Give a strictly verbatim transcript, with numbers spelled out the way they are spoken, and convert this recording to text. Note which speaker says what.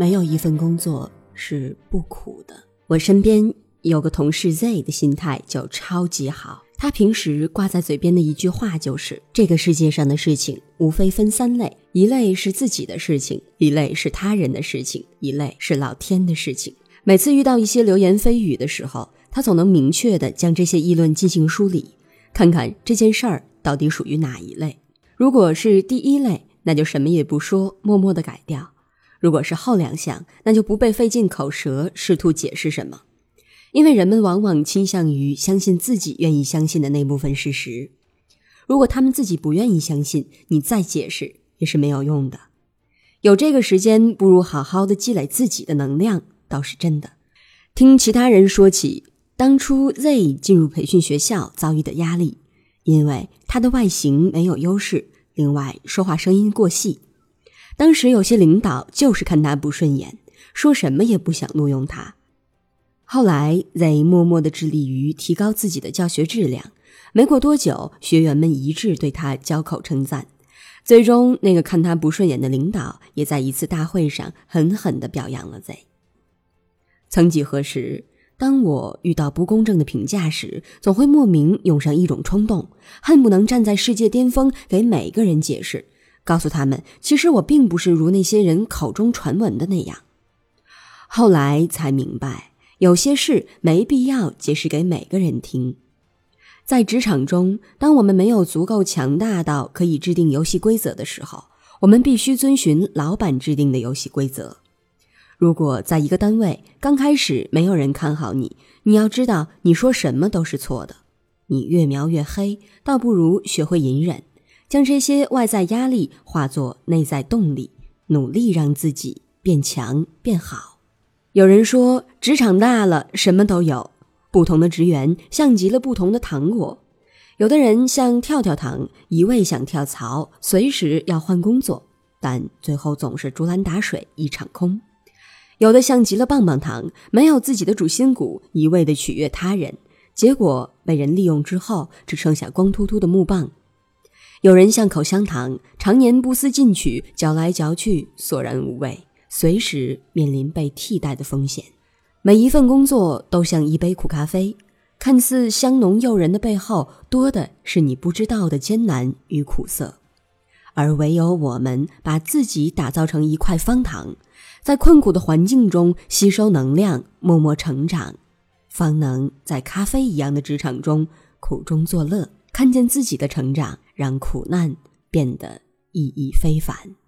Speaker 1: 没有一份工作是不苦的。我身边有个同事 Z 的心态就超级好，他平时挂在嘴边的一句话就是，这个世界上的事情无非分三类，一类是自己的事情，一类是他人的事情，一类是老天的事情。每次遇到一些流言蜚语的时候，他总能明确地将这些议论进行梳理，看看这件事儿到底属于哪一类。如果是第一类，那就什么也不说，默默地改掉；如果是后两项，那就不被费尽口舌试图解释什么。因为人们往往倾向于相信自己愿意相信的那部分事实，如果他们自己不愿意相信，你再解释也是没有用的。有这个时间，不如好好的积累自己的能量，倒是真的。听其他人说起当初 Z 进入培训学校遭遇的压力，因为他的外形没有优势，另外说话声音过细，当时有些领导就是看他不顺眼，说什么也不想录用他。后来 Z 默默地致力于提高自己的教学质量，没过多久，学员们一致对他交口称赞，最终那个看他不顺眼的领导也在一次大会上狠狠地表扬了 Z。 曾几何时，当我遇到不公正的评价时，总会莫名涌上一种冲动，恨不能站在世界巅峰给每个人解释，告诉他们其实我并不是如那些人口中传闻的那样。后来才明白，有些事没必要解释给每个人听。在职场中，当我们没有足够强大到可以制定游戏规则的时候，我们必须遵循老板制定的游戏规则。如果在一个单位刚开始没有人看好你，你要知道你说什么都是错的。你越描越黑，倒不如学会隐忍，将这些外在压力化作内在动力，努力让自己变强变好。有人说职场大了什么都有，不同的职员像极了不同的糖果，有的人像跳跳糖，一味想跳槽，随时要换工作，但最后总是竹篮打水一场空。有的像极了棒棒糖，没有自己的主心骨，一味地取悦他人，结果被人利用之后只剩下光秃秃的木棒。有人像口香糖，常年不思进取，嚼来嚼去索然无味，随时面临被替代的风险。每一份工作都像一杯苦咖啡，看似香浓诱人的背后，多的是你不知道的艰难与苦涩。而唯有我们把自己打造成一块方糖，在困苦的环境中吸收能量，默默成长，方能在咖啡一样的职场中苦中作乐，看见自己的成长，让苦难变得意义非凡。